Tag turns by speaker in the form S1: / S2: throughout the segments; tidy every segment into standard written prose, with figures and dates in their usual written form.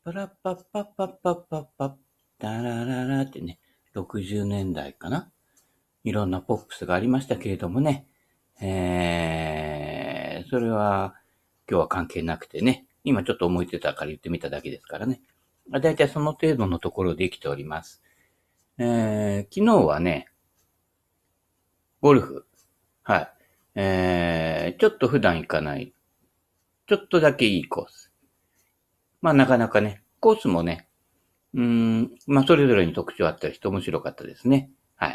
S1: パラッパッパッパッパッパッパッ、ダラララってね、60年代かな。いろんなポップスがありましたけれどもね。それは今日は関係なくてね。今ちょっと思いついたから言ってみただけですからね。だいたいその程度のところで生きております。昨日はね、ゴルフ。はい。ちょっと普段行かない。ちょっとだけいいコース。まあなかなかね、コースもね、まあそれぞれに特徴あったりして面白かったですね。はい。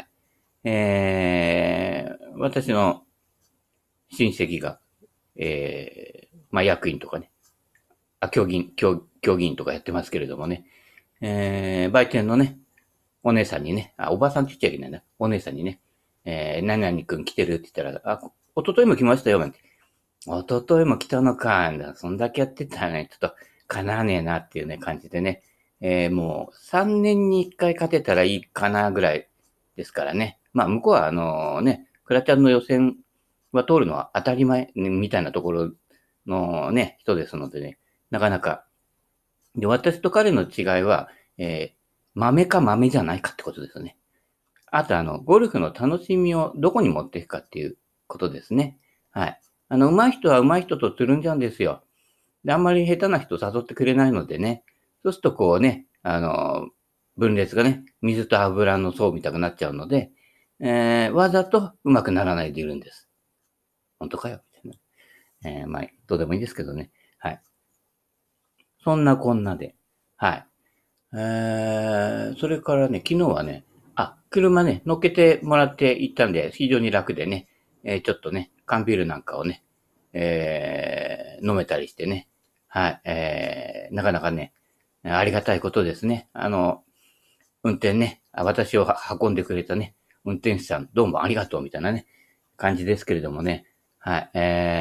S1: 私の親戚が、まあ役員とかね、競技員とかやってますけれどもね、売店のね、お姉さんにね、おばさんって言っちゃいけないな。お姉さんにね、何々くん来てるって言ったら、一昨日も来ましたよ、なんて。一昨日も来たのか、そんだけやってたらね、ちょっと叶わねえなっていうね、感じでね。もう3年に1回勝てたらいいかなぐらいですからね。まあ、向こうはクラちゃんの予選は通るのは当たり前、ね、みたいなところのね、人ですのでね、なかなか。で、私と彼の違いは、豆か豆じゃないかってことですよね。あと、ゴルフの楽しみをどこに持っていくかっていうことですね。はい。上手い人は上手い人とつるんじゃうんですよ。で、あんまり下手な人誘ってくれないのでね。そうするとこうね、分裂がね、水と油の層みたくなっちゃうので、わざと上手くならないでいるんです。本当かよみたいな。まあ、どうでもいいですけどね。はい。そんなこんなで。はい。それからね、昨日はね、車ね、乗っけてもらって行ったんで、非常に楽でね、ちょっとね、缶ビールなんかをね、飲めたりしてね、はい、なかなかね、ありがたいことですね。運転ね、私を運んでくれたね、運転手さん、どうもありがとう、みたいなね、感じですけれどもね、はい、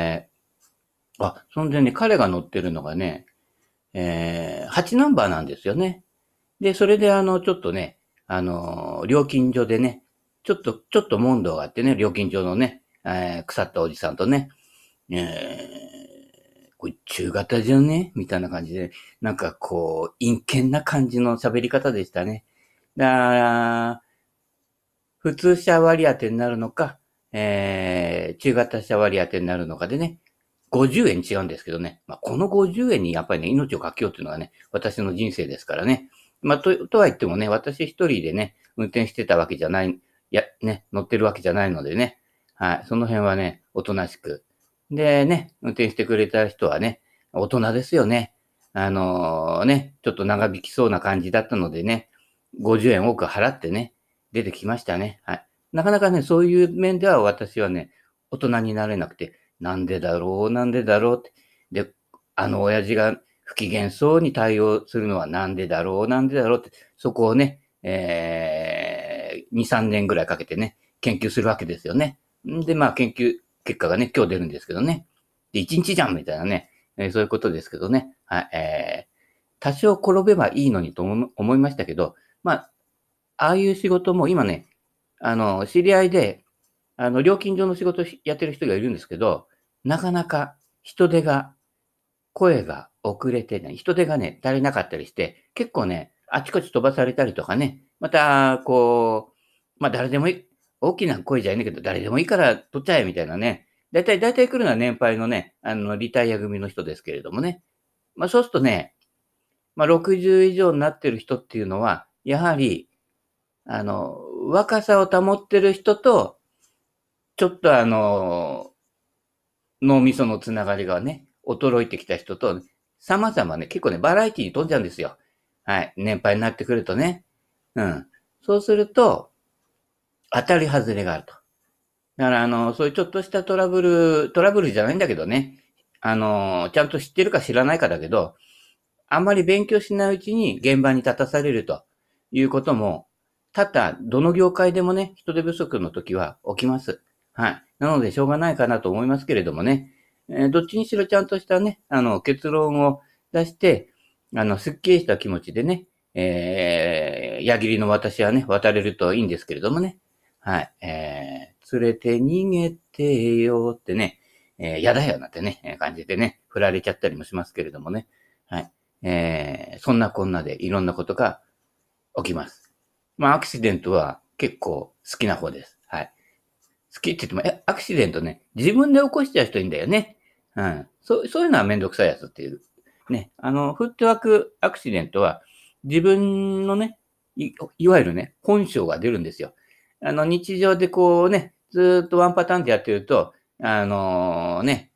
S1: そんでね、彼が乗ってるのがね、8ナンバーなんですよね。で、それでちょっとね、料金所でね、ちょっと問答があってね、料金所のね、腐ったおじさんとね、これ中型じゃねみたいな感じで、なんかこう、陰険な感じの喋り方でしたね。だから、普通車割当になるのか、中型車割当になるのかでね、50円違うんですけどね。まあ、この50円にやっぱりね、命をかけようっていうのがね、私の人生ですからね。まあ、とは言ってもね、私一人でね、運転してたわけじゃない、ね、乗ってるわけじゃないのでね。はい。その辺はね、おとなしく。でね、運転してくれた人はね、大人ですよね。ちょっと長引きそうな感じだったのでね、50円多く払ってね、出てきましたね。はい。なかなかね、そういう面では私はね、大人になれなくて、なんでだろう、なんでだろうって。で、親父が不機嫌そうに対応するのはなんでだろう、なんでだろうって、そこをね、2、3年ぐらいかけてね、研究するわけですよね。で、まあ、研究結果がね、今日出るんですけどね。で、1日じゃんみたいなね、そういうことですけどね。はい、多少転べばいいのにと思いましたけど、まあ、ああいう仕事も今ね、知り合いで、料金所の仕事やってる人がいるんですけど、なかなか人手が、声が遅れてね、人手がね、足りなかったりして、結構ね、あちこち飛ばされたりとかね、また、こう、まあ、誰でもいい、大きな声じゃいないけど、誰でもいいから取っちゃえみたいなね。だいたい来るのは年配のね、リタイア組の人ですけれどもね。まあ、そうするとね、まあ、60以上になってる人っていうのは、やはり、若さを保ってる人と、ちょっと脳みそのつながりがね、衰えてきた人と、様々ね、結構ね、バラエティに富んじゃうんですよ。はい。年配になってくるとね。うん。そうすると、当たり外れがあると。だから、そういうちょっとしたトラブルじゃないんだけどね。ちゃんと知ってるか知らないかだけど、あんまり勉強しないうちに現場に立たされるということも、多々、どの業界でもね、人手不足の時は起きます。はい。なので、しょうがないかなと思いますけれどもね。どっちにしろちゃんとしたね、結論を出して、すっきりした気持ちでね、矢切の私はね、渡れるといいんですけれどもね。はい。連れて逃げてよってね、やだよなんてね、感じでね、振られちゃったりもしますけれどもね。はい。 そんなこんなでいろんなことが起きます。まあ、アクシデントは結構好きな方です。はい。好きって言っても、アクシデントね、自分で起こしちゃう人いるんだよね。うん。そういうのはめんどくさいやつっていう。ね。フットワークアクシデントは、自分のね、いわゆるね、本性が出るんですよ。日常でこうね、ずーっとワンパターンでやってると、ね、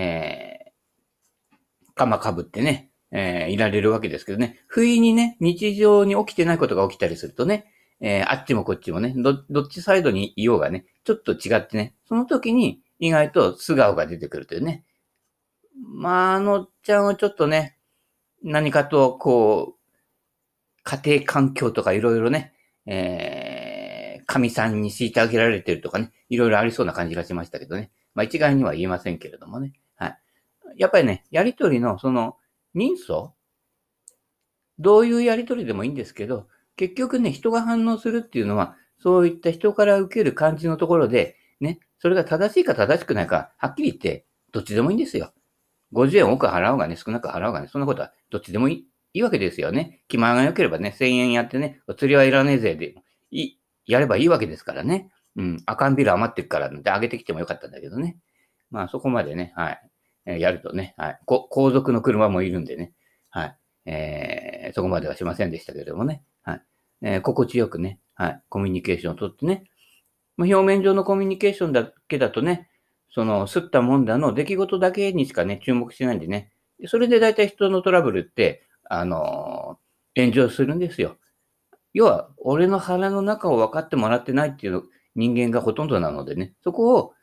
S1: カマかぶってね、いられるわけですけどね、不意にね、日常に起きてないことが起きたりするとね、あっちもこっちもね、どっちサイドにいようがね、ちょっと違ってね、その時に意外と素顔が出てくるというね。まあ、のっちゃんはちょっとね、何かと、こう、家庭環境とかいろいろね、神さんに虐げられてるとかね、いろいろありそうな感じがしましたけどね。まあ一概には言えませんけれどもね。はい。やっぱりね、やりとりのその人相、どういうやりとりでもいいんですけど、結局ね、人が反応するっていうのは、そういった人から受ける感じのところで、ね、それが正しいか正しくないか、はっきり言って、どっちでもいいんですよ。50円多く払おうがね、少なく払おうがね、そんなことはどっちでもいいわけですよね。気前が良ければね、1000円やってね、お釣りはいらねえぜで、やればいいわけですからね。うん、赤んビル余ってるからで上げてきてもよかったんだけどね。まあそこまでね、はい。やるとね、はい。後続の車もいるんでね、はい。そこまではしませんでしたけれどもね、はい。心地よくね、はい。コミュニケーションをとってね、表面上のコミュニケーションだけだとね、吸ったもんだの出来事だけにしかね、注目しないんでね。それで大体人のトラブルって、炎上するんですよ。要は、俺の腹の中を分かってもらってないっていう人間がほとんどなのでね、そこを、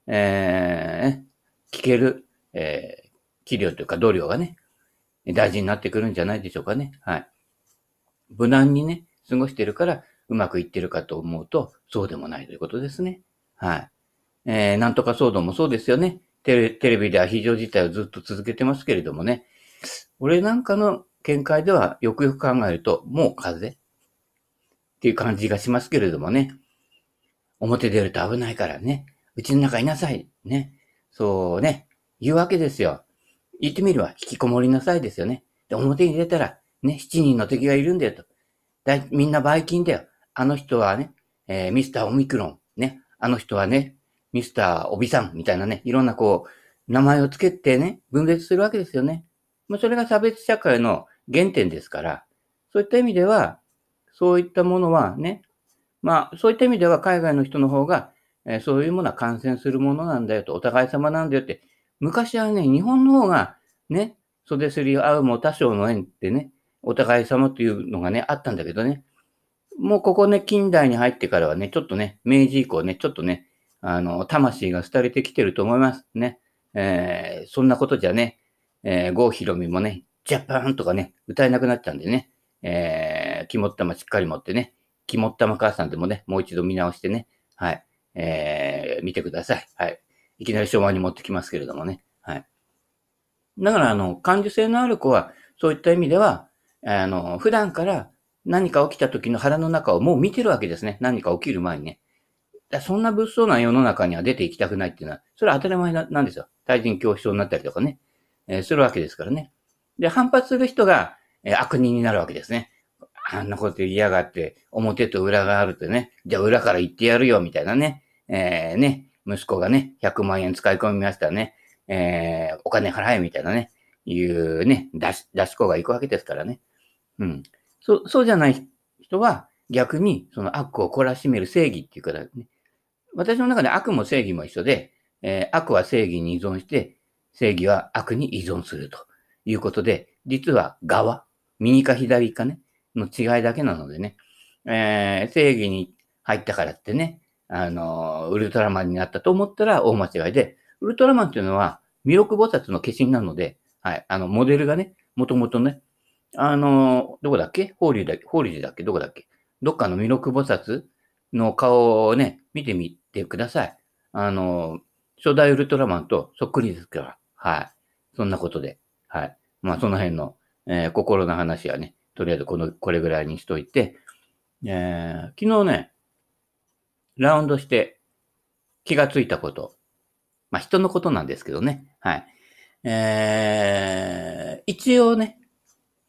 S1: 聞ける、器量というか度量がね、大事になってくるんじゃないでしょうかね。はい。無難にね、過ごしてるからうまくいってるかと思うと、そうでもないということですね。はい。なんとか騒動もそうですよね。テレビでは非常事態をずっと続けてますけれどもね。俺なんかの見解ではよくよく考えると、もう風邪っていう感じがしますけれどもね。表出ると危ないからね。うちの中いなさい。ね。そうね。言うわけですよ。言ってみれば、引きこもりなさいですよね。で、表に出たら、ね、7人の敵がいるんだよと。みんなバイキンだよ。あの人はね、ミスターオミクロン。ね。あの人はね、ミスターオビさんみたいなね、いろんなこう、名前をつけてね、分別するわけですよね。まあ、それが差別社会の原点ですから、そういった意味では、そういったものはね、まあ、そういった意味では海外の人の方が、そういうものは感染するものなんだよと、お互い様なんだよって、昔はね、日本の方がね、袖すり合うも多少の縁ってね、お互い様というのがね、あったんだけどね、もうここね、近代に入ってからはね、ちょっとね、明治以降ね、ちょっとね、魂が廃れてきてると思いますね。そんなことじゃね、郷ひろみもね、ジャパンとかね、歌えなくなっちゃうんでね、肝っ玉しっかり持ってね、肝っ玉母さんでもね、もう一度見直してね、はい、見てください。はい。いきなり昭和に持ってきますけれどもね。はい。だから、感受性のある子は、そういった意味では、普段から何か起きた時の腹の中をもう見てるわけですね。何か起きる前にね。そんな物騒な世の中には出ていきたくないっていうのは、それは当たり前なんですよ。対人恐怖症になったりとかね、するわけですからね。で、反発する人が、悪人になるわけですね。あんなこと言いやがって、表と裏があるってね、じゃあ裏から言ってやるよ、みたいなね。息子がね、100万円使い込みましたね。お金払え、みたいなね、いうね、出し子が行くわけですからね。うん。そうじゃない人は、逆に、その悪を懲らしめる正義っていうからね。私の中で悪も正義も一緒で、悪は正義に依存して、正義は悪に依存するということで、実は側、右か左かね、の違いだけなのでね、正義に入ったからってね、ウルトラマンになったと思ったら大間違いで、ウルトラマンっていうのは、弥勒菩薩の化身なので、はい、モデルがね、もともとね、どこだっけ法隆寺だっけどこだっけどっかの弥勒菩薩の顔をね、見てみてください。初代ウルトラマンとそっくりですから。はい。そんなことで。はい。まあ、その辺の、心の話はね、とりあえずこれぐらいにしといて、昨日ね、ラウンドして気がついたこと。まあ、人のことなんですけどね。はい。一応ね、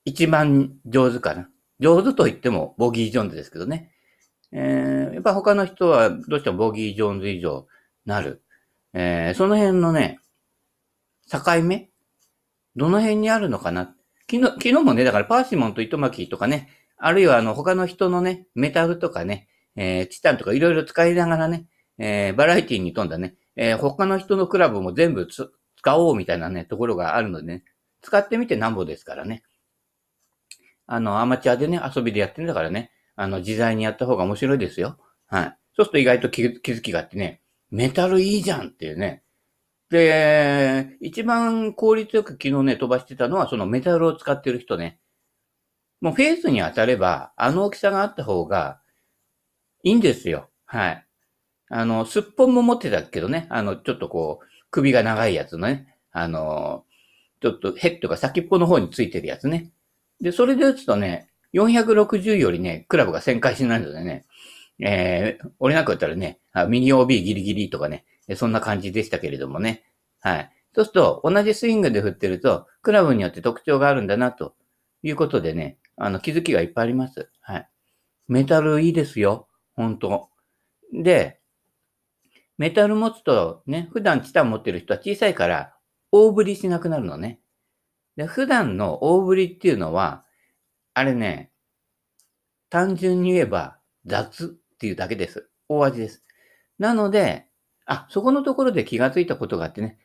S1: 一番上手かな。上手と言ってもボギー・ジョーンズですけどね。やっぱ他の人はどうしてもボギー・ジョーンズ以上なる。その辺のね、境目どの辺にあるのかな。昨日もね、だからパーシモンと糸巻きとかね、あるいは他の人のね、メタルとかね、チタンとかいろいろ使いながらね、バラエティに富んだね、他の人のクラブも全部使おうみたいなね、ところがあるのでね、使ってみてなんぼですからね。アマチュアでね、遊びでやってんだからね、自在にやった方が面白いですよ。はい。そうすると意外と気づきがあってね、メタルいいじゃんっていうね。で、一番効率よく昨日ね、飛ばしてたのはそのメタルを使ってる人ね。もうフェースに当たれば、あの大きさがあった方がいいんですよ。はい。すっぽんも持ってたけどね、ちょっとこう、首が長いやつのね、ちょっとヘッドが先っぽの方についてるやつね。で、それで打つとね、460よりね、クラブが旋回しないのでね、俺なんか言ったらね、ミニ OB ギリギリとかね、そんな感じでしたけれどもね。はい。そうすると、同じスイングで振ってると、クラブによって特徴があるんだな、ということでね、気づきがいっぱいあります。はい。メタルいいですよ。本当で、メタル持つとね、普段チタン持ってる人は小さいから、大振りしなくなるのね。で、普段の大振りっていうのは、あれね、単純に言えば雑っていうだけです。大味です。なので、そこのところで気がついたことがあってね、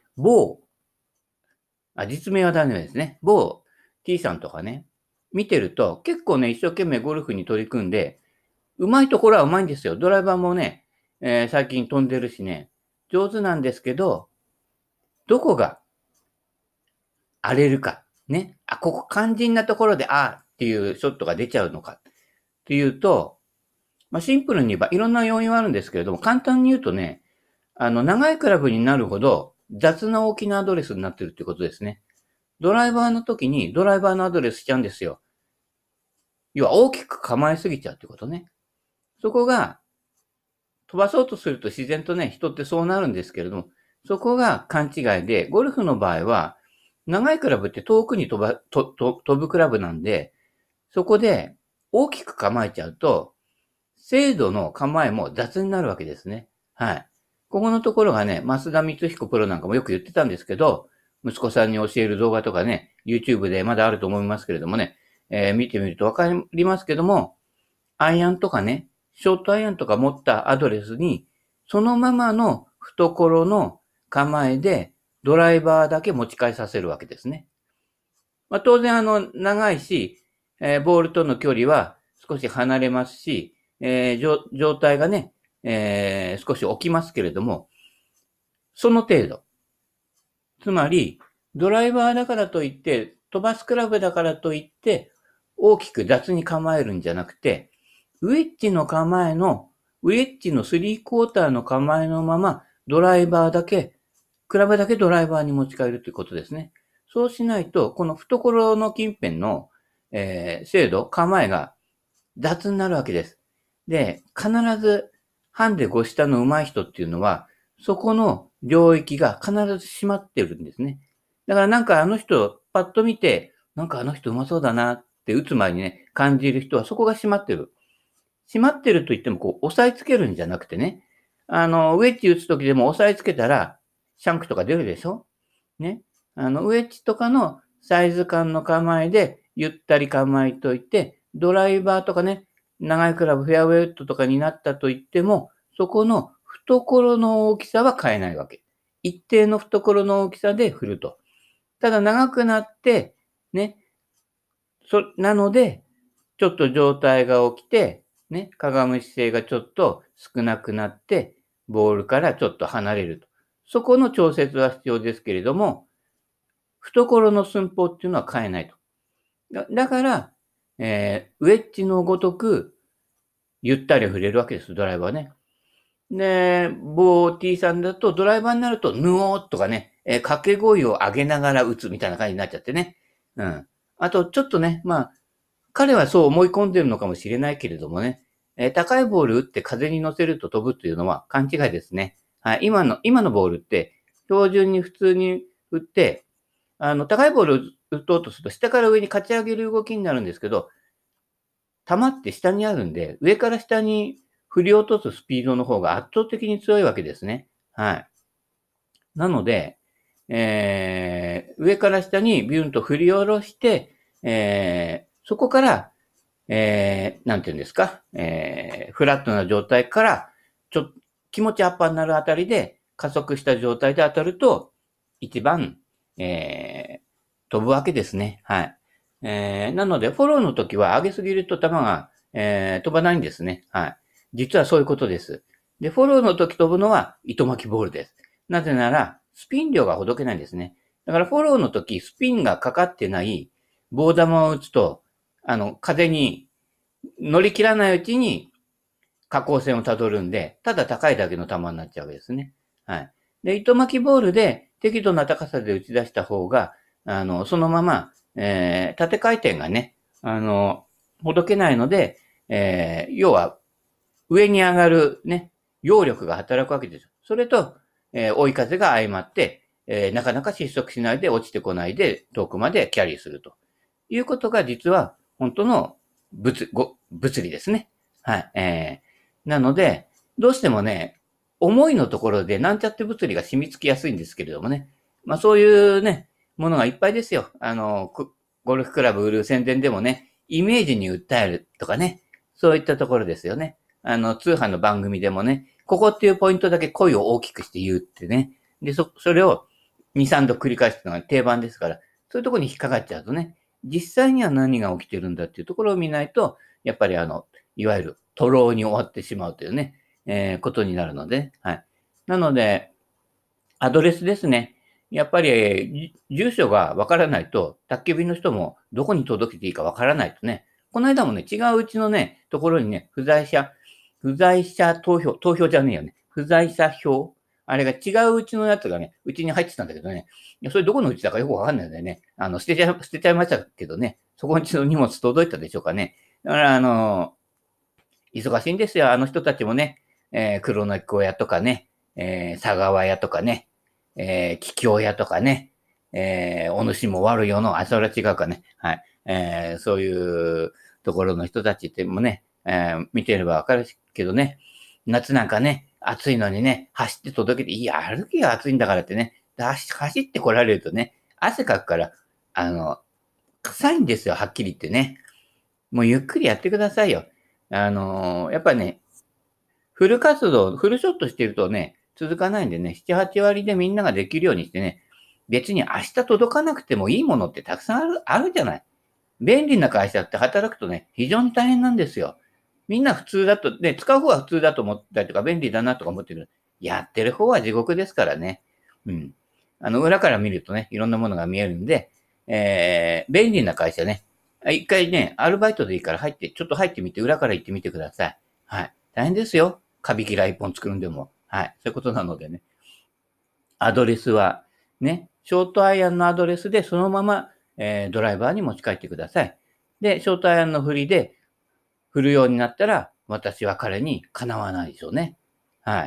S1: 実名はダメですね。某 T さんとかね、見てると結構ね、一生懸命ゴルフに取り組んで、上手いところは上手いんですよ。ドライバーもね、最近飛んでるしね、上手なんですけど、どこが荒れるか、ね。ここ肝心なところで、っていうショットが出ちゃうのかっていうと、シンプルに言えばいろんな要因はあるんですけれども、簡単に言うとね、長いクラブになるほど雑な大きなアドレスになってるってことですね。ドライバーの時にドライバーのアドレスしちゃうんですよ。要は大きく構えすぎちゃうってことね。そこが飛ばそうとすると自然とね、人ってそうなるんですけれども、そこが勘違いで、ゴルフの場合は、長いクラブって遠くに飛ぶクラブなんで、そこで大きく構えちゃうと、精度の構えも雑になるわけですね。はい。ここのところがね、増田光彦プロなんかもよく言ってたんですけど、息子さんに教える動画とかね、YouTube でまだあると思いますけれどもね、見てみるとわかりますけども、アイアンとかね、ショートアイアンとか持ったアドレスに、そのままの懐の構えでドライバーだけ持ち替えさせるわけですね。当然長いし、ボールとの距離は少し離れますし、状態がね、少し起きますけれども、その程度。つまり、ドライバーだからといって、飛ばすクラブだからといって、大きく雑に構えるんじゃなくて、ウェッジの構えの、ウェッジの3クォーターの構えのまま、ドライバーだけ、クラブだけドライバーに持ち帰るということですね。そうしないと、この懐の近辺の、精度、構えが雑になるわけです。で、必ず、ハンデ5下の上手い人っていうのは、そこの領域が必ず閉まってるんですね。だからなんかあの人、パッと見て、なんかあの人上手そうだなって打つ前にね、感じる人はそこが閉まってる。閉まってると言っても、こう、押さえつけるんじゃなくてね、ウェッジ打つときでも押さえつけたら、シャンクとか出るでしょね。ウェッジとかのサイズ感の構えで、ゆったり構えといて、ドライバーとかね、長いクラブ、フェアウェイウッドとかになったと言っても、そこの懐の大きさは変えないわけ。一定の懐の大きさで振ると。ただ長くなって、ね、なので、ちょっと状態が起きて、ね、かがむ姿勢がちょっと少なくなって、ボールからちょっと離れると。そこの調節は必要ですけれども、懐の寸法っていうのは変えないと。だから、ウェッジのごとく、ゆったり振れるわけです、ドライバーね。で、ボーティーさんだと、ドライバーになると、ぬおーっとかね、掛け声を上げながら打つみたいな感じになっちゃってね。うん。あと、ちょっとね、彼はそう思い込んでるのかもしれないけれどもね、高いボール打って風に乗せると飛ぶというのは勘違いですね。はい。今のボールって、標準に普通に振って、 高いボールを打とうとすると、下から上に勝ち上げる動きになるんですけど、球って下にあるんで、上から下に振り落とすスピードの方が圧倒的に強いわけですね。はい。なので、上から下にビュンと振り下ろして、そこから、なんていうんですか、フラットな状態から、気持ちアッパーになるあたりで、加速した状態で当たると、一番、飛ぶわけですね。はい。なので、フォローの時は上げすぎると球が、飛ばないんですね。はい。実はそういうことです。で、フォローの時飛ぶのは糸巻きボールです。なぜなら、スピン量がほどけないんですね。だからフォローの時、スピンがかかってない棒玉を打つと、風に乗り切らないうちに下降線をたどるんで、ただ高いだけの球になっちゃうわけですね。はい。で、糸巻きボールで適度な高さで打ち出した方が、そのまま、縦回転がね、ほどけないので、要は、上に上がるね、揚力が働くわけですよ。それと、追い風が相まって、なかなか失速しないで落ちてこないで遠くまでキャリーするということが実は本当の物理ですね。はい。なので、どうしてもね、思いのところでなんちゃって物理が染み付きやすいんですけれどもね。まあそういうね、ものがいっぱいですよ。ゴルフクラブ売る宣伝でもね、イメージに訴えるとかね、そういったところですよね。通販の番組でもね、ここっていうポイントだけ声を大きくして言うってね。で、それを2、3度繰り返すのが定番ですから、そういうところに引っかかっちゃうとね、実際には何が起きてるんだっていうところを見ないと、やっぱりいわゆる徒労に終わってしまうというね、ことになるので、はい。なので、アドレスですね。やっぱり、住所がわからないと、宅急便の人もどこに届けていいかわからないとね、この間もね、違ううちのね、ところにね、不在者投票じゃねえよね。不在者票あれが違ううちのやつがね、うちに入ってたんだけどね。いや、それどこのうちだかよくわかんないんだよね。捨てちゃいましたけどね。そこにの荷物届いたでしょうかね。だから、忙しいんですよ。あの人たちもね。黒猫屋とかね。佐川屋とかね。桔梗屋とかね。お主も悪いよの、それは違うかね。はい。そういうところの人たちってもね、見てればわかるけどね。夏なんかね、暑いのにね、走って届けて、いや、歩きが暑いんだからってね、走って来られるとね、汗かくから、臭いんですよ、はっきり言ってね。もうゆっくりやってくださいよ。やっぱね、フル活動、フルショットしてるとね、続かないんでね、7、8割でみんなができるようにしてね、別に明日届かなくてもいいものってたくさんあるじゃない。便利な会社って働くとね、非常に大変なんですよ。みんな普通だと、ね、使う方は普通だと思ったりとか、便利だなとか思ってる。やってる方は地獄ですからね。うん。裏から見るとね、いろんなものが見えるんで、便利な会社ね、一回ね、アルバイトでいいからちょっと入ってみて、裏から行ってみてください。はい。大変ですよ。カビキラ一本作るんでも。はい。そういうことなのでね。アドレスは、ね、ショートアイアンのアドレスでそのまま、ドライバーに持ち帰ってください。で、ショートアイアンの振りで振るようになったら、私は彼にかなわないでしょうね。はい。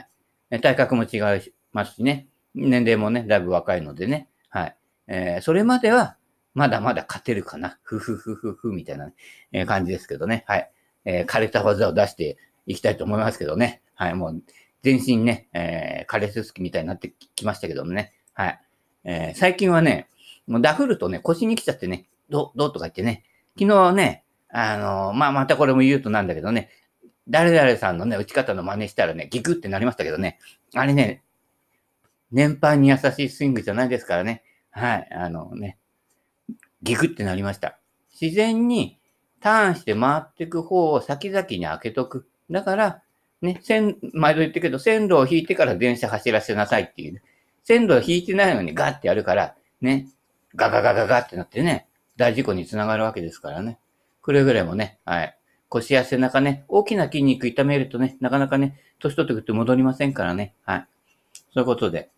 S1: 体格も違いますしね。年齢もね、だいぶ若いのでね。はい。それまでは、まだまだ勝てるかな。ふふふふふみたいな、感じですけどね。はい。枯れた技を出していきたいと思いますけどね。はい。もう、全身ね、枯れすすきみたいになってきましたけどもね。はい。最近はね、もうダフるとね、腰に来ちゃってね、どうとか言ってね、昨日ね、またこれも言うとなんだけどね、誰々さんのね、打ち方の真似したらね、ギクってなりましたけどね、あれね、年配に優しいスイングじゃないですからね。はい。ギクってなりました。自然にターンして回っていく方を先々に開けとく。だから、ね、毎度言ってるけど、線路を引いてから電車走らせなさいっていう、ね。線路を引いてないのにガッてやるから、ね、ガガガガガってなってね、大事故につながるわけですからね。くれぐれもね、はい。腰や背中ね、大きな筋肉痛めるとね、なかなかね、年取ってくると戻りませんからね。はい。そういうことで。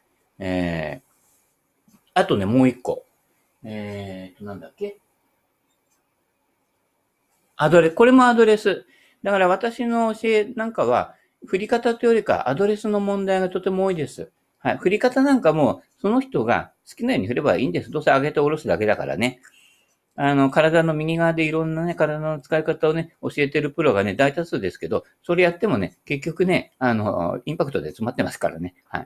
S1: あとね、もう一個。なんだっけこれもアドレス。だから私の教えなんかは、振り方というよりかアドレスの問題がとても多いです。はい。振り方なんかもその人が好きなように振ればいいんです。どうせ上げて下ろすだけだからね。体の右側でいろんなね、体の使い方をね、教えてるプロがね、大多数ですけど、それやってもね、結局ね、インパクトで詰まってますからね。はい。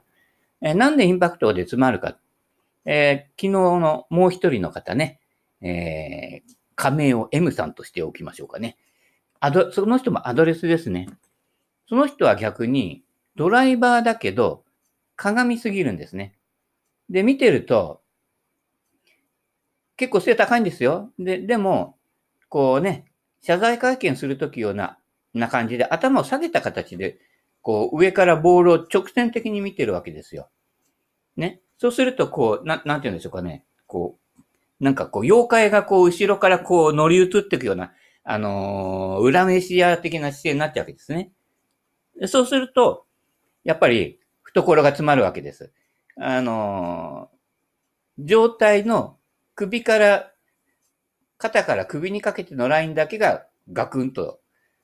S1: なんでインパクトで詰まるか。昨日のもう一人の方ね、仮名を M さんとしておきましょうかね。その人もアドレスですね。その人は逆に、ドライバーだけど、鏡すぎるんですね。で、見てると、結構背高いんですよ。でも、こうね、謝罪会見するときような感じで、頭を下げた形で、こう、上からボールを直線的に見てるわけですよ。ね。そうすると、こう、なんて言うんでしょうかね。こう、なんかこう、妖怪がこう、後ろからこう、乗り移っていくような、裏飯屋的な姿勢になっちゃうわけですね。そうすると、やっぱり、懐が詰まるわけです。状態の肩から首にかけてのラインだけがガクンと、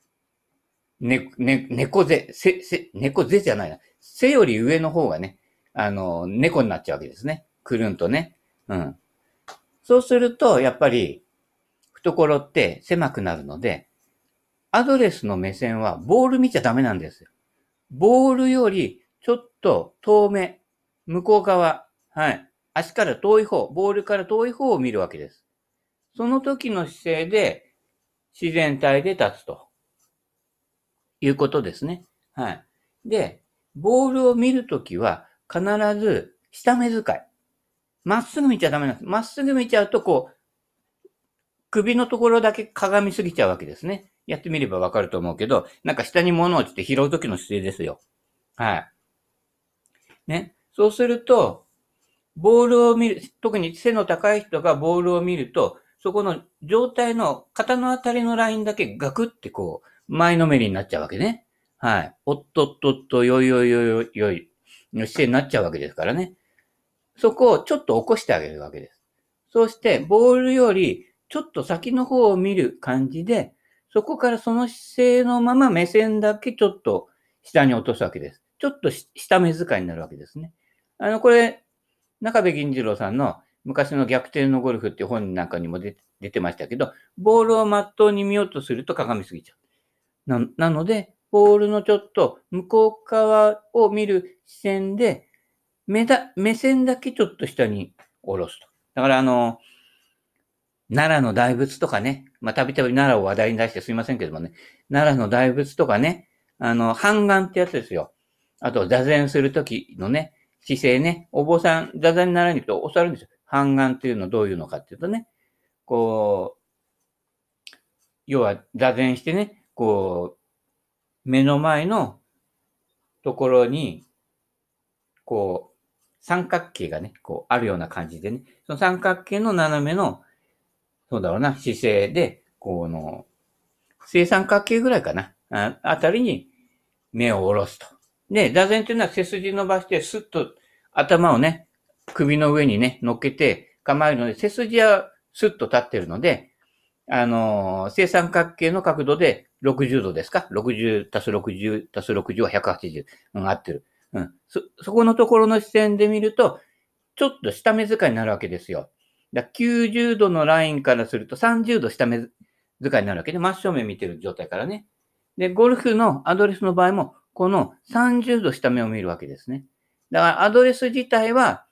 S1: 猫背じゃないな。背より上の方がね、猫になっちゃうわけですね。くるんとね。うん。そうすると、やっぱり、懐って狭くなるので、アドレスの目線はボール見ちゃダメなんですよ。ボールよりちょっと遠め、向こう側、はい。足から遠い方、ボールから遠い方を見るわけです。その時の姿勢で自然体で立つということですね。はい。で、ボールを見るときは必ず下目遣い。まっすぐ見ちゃダメなんです。まっすぐ見ちゃうとこう、首のところだけ鏡みすぎちゃうわけですね。やってみればわかると思うけど、なんか下に物落ちて拾うときの姿勢ですよ。はい。ね。そうすると、ボールを見る、特に背の高い人がボールを見ると、そこの状態の肩のあたりのラインだけガクってこう、前のめりになっちゃうわけね。はい。おっとっとっと、よいよいよいよいの姿勢になっちゃうわけですからね。そこをちょっと起こしてあげるわけです。そして、ボールよりちょっと先の方を見る感じで、そこからその姿勢のまま目線だけちょっと下に落とすわけです。ちょっと下目遣いになるわけですね。これ、中部銀次郎さんの昔の逆転のゴルフっていう本なんかにも出てましたけど、ボールを真っ当に見ようとすると鏡すぎちゃう。なので、ボールのちょっと向こう側を見る視線で、目線だけちょっと下に下ろすと。だから奈良の大仏とかね、まあ、たびたび奈良を話題に出してすいませんけどもね、奈良の大仏とかね、半眼ってやつですよ。あと、座禅するときのね、姿勢ね、お坊さん、座禅に習いに行くと教わるんですよ。半眼っていうのはどういうのかっていうとね、こう、要は座禅してね、こう、目の前のところに、こう、三角形がね、こう、あるような感じでね、その三角形の斜めの、そうだろうな、姿勢で、正三角形ぐらいかな、あたりに目を下ろすと。で、座禅っていうのは背筋伸ばして、スッと頭をね、首の上にね、乗っけて構えるので、背筋はスッと立ってるので、正三角形の角度で60度ですか ?60 足す60足す60は180。うん、合ってる。うん。そこのところの視線で見ると、ちょっと下目遣いになるわけですよ。90度のラインからすると30度下目遣いになるわけで、真正面見てる状態からね。で、ゴルフのアドレスの場合も、この30度下目を見るわけですね。だからアドレス自体は、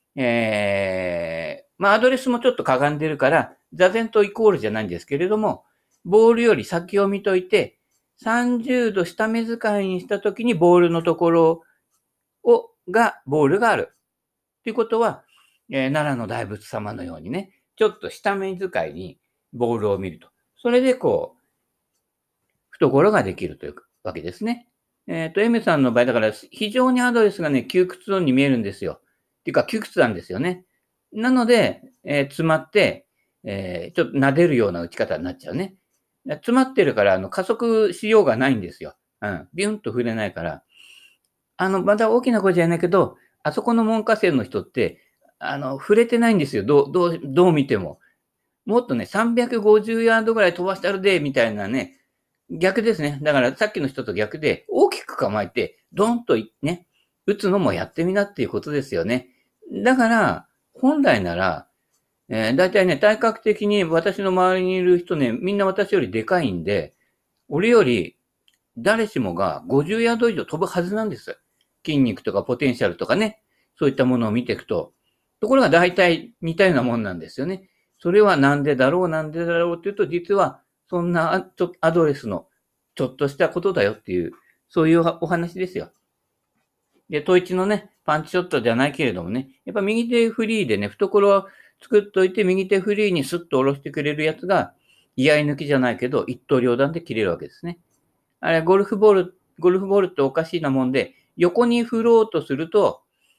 S1: まあアドレスもちょっとかがんでるから、座禅とイコールじゃないんですけれども、ボールより先を見といて、30度下目遣いにしたときにボールのところボールがある。ということは、奈良の大仏様のようにね、ちょっと下目遣いにボールを見ると。それでこう、懐ができるというわけですね。M さんの場合だから非常にアドレスがね、窮屈そうに見えるんですよ。っていうか窮屈なんですよね。なので、詰まって、ちょっと撫でるような打ち方になっちゃうね。詰まってるから、加速しようがないんですよ。うん。ビュンと触れないから。また大きな声じゃないけど、あそこの門下生の人って、触れてないんですよ。どう見ても。もっとね、350ヤードぐらい飛ばしてあるで、みたいなね、逆ですね。だからさっきの人と逆で、大きく構えて、ドンとね、打つのもやってみなっていうことですよね。 だから、本来なら、だいたいね、体格的に私の周りにいる人ね、みんな私よりでかいんで、俺より誰しもが50ヤード以上飛ぶはずなんです。筋肉とかポテンシャルとかね、そういったものを見ていくと。ところが大体似たようなもんなんですよね。それはなんでだろうっていうと、実はそんなアドレスのちょっとしたことだよっていう、そういうお話ですよ。で、統一のね、パンチショットじゃないけれどもね、やっぱ右手フリーでね、懐を作っといて、右手フリーにスッと下ろしてくれるやつが、居合抜きじゃないけど、一刀両断で切れるわけですね。あれ、ゴルフボールっておかしいなもんで、横に振ろうとすると、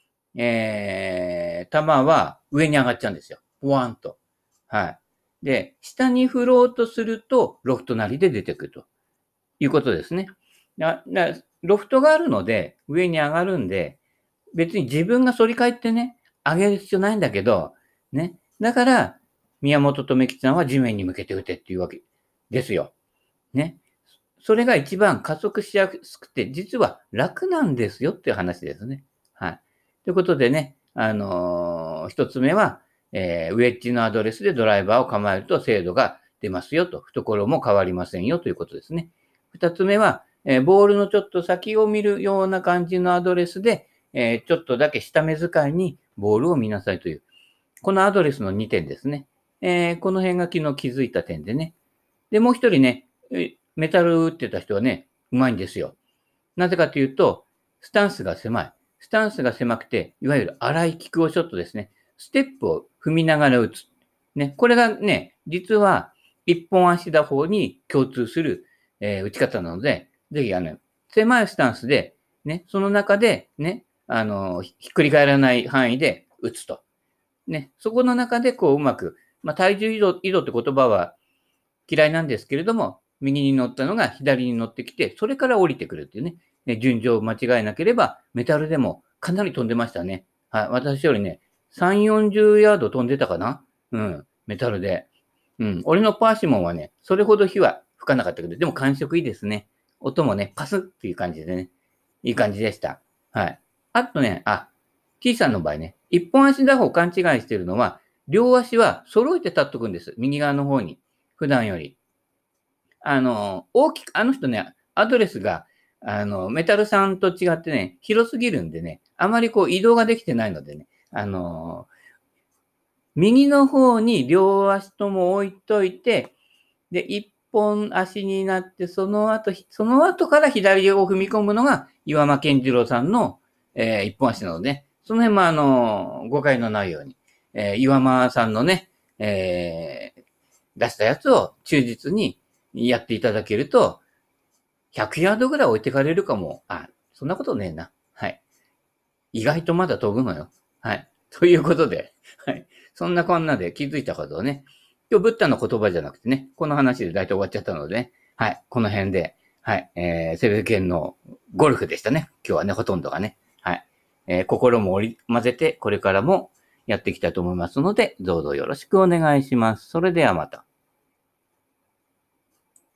S1: 球は上に上がっちゃうんですよ。ポワンと。はい。で、下に振ろうとすると、ロフトなりで出てくるということですね。ロフトがあるので、上に上がるんで、別に自分が反り返ってね、上げる必要ないんだけど、ね。だから、宮本とめきちさんは地面に向けて打てっていうわけですよ。ね。それが一番加速しやすくて、実は楽なんですよっていう話ですね。はい。ということでね、一つ目は、ウェッジのアドレスでドライバーを構えると精度が出ますよと、懐も変わりませんよということですね。二つ目は、ボールのちょっと先を見るような感じのアドレスで、ちょっとだけ下目遣いにボールを見なさいという、このアドレスの2点ですね。この辺が昨日気づいた点でね。で、もう一人ね、メタル打ってた人はね、うまいんですよ。なぜかというと、スタンスが狭い。スタンスが狭くて、いわゆる荒いキックオショットですね。ステップを踏みながら打つ。ね、これがね、実は一本足打法に共通する、打ち方なので、ぜひ狭いスタンスで、ね、その中でね、ひっくり返らない範囲で打つと。ね、そこの中でこううまく、体重移動って言葉は嫌いなんですけれども、右に乗ったのが左に乗ってきて、それから降りてくるっていうね。順序を間違えなければ、メタルでもかなり飛んでましたね。はい。私よりね、3、40ヤード飛んでたかな。うん。メタルで。うん。俺のパーシモンはね、それほど火は吹かなかったけど、でも感触いいですね。音もね、パスっていう感じでね、いい感じでした。はい。あとね、T さんの場合ね、一本足打法勘違いしてるのは、両足は揃えて立っとくんです。右側の方に。普段より。大きく、あの人ね、アドレスが、メタルさんと違ってね、広すぎるんでね、あまりこう移動ができてないのでね、右の方に両足とも置いといて、で、一本足になって、その後から左を踏み込むのが岩間健次郎さんの、一本足なので、その辺も誤解のないように、岩間さんのね、出したやつを忠実にやっていただけると、100ヤードぐらい置いてかれるかも。そんなことねえな。はい。意外とまだ飛ぶのよ。はい。ということで、はい。そんなこんなで気づいたことをね、今日ブッダの言葉じゃなくてね、この話で大体終わっちゃったのでね、はい。この辺で、はい。セベケンのゴルフでしたね。今日はね、ほとんどがね。はい。心も織り交ぜて、これからもやっていきたいと思いますので、どうぞよろしくお願いします。それではまた。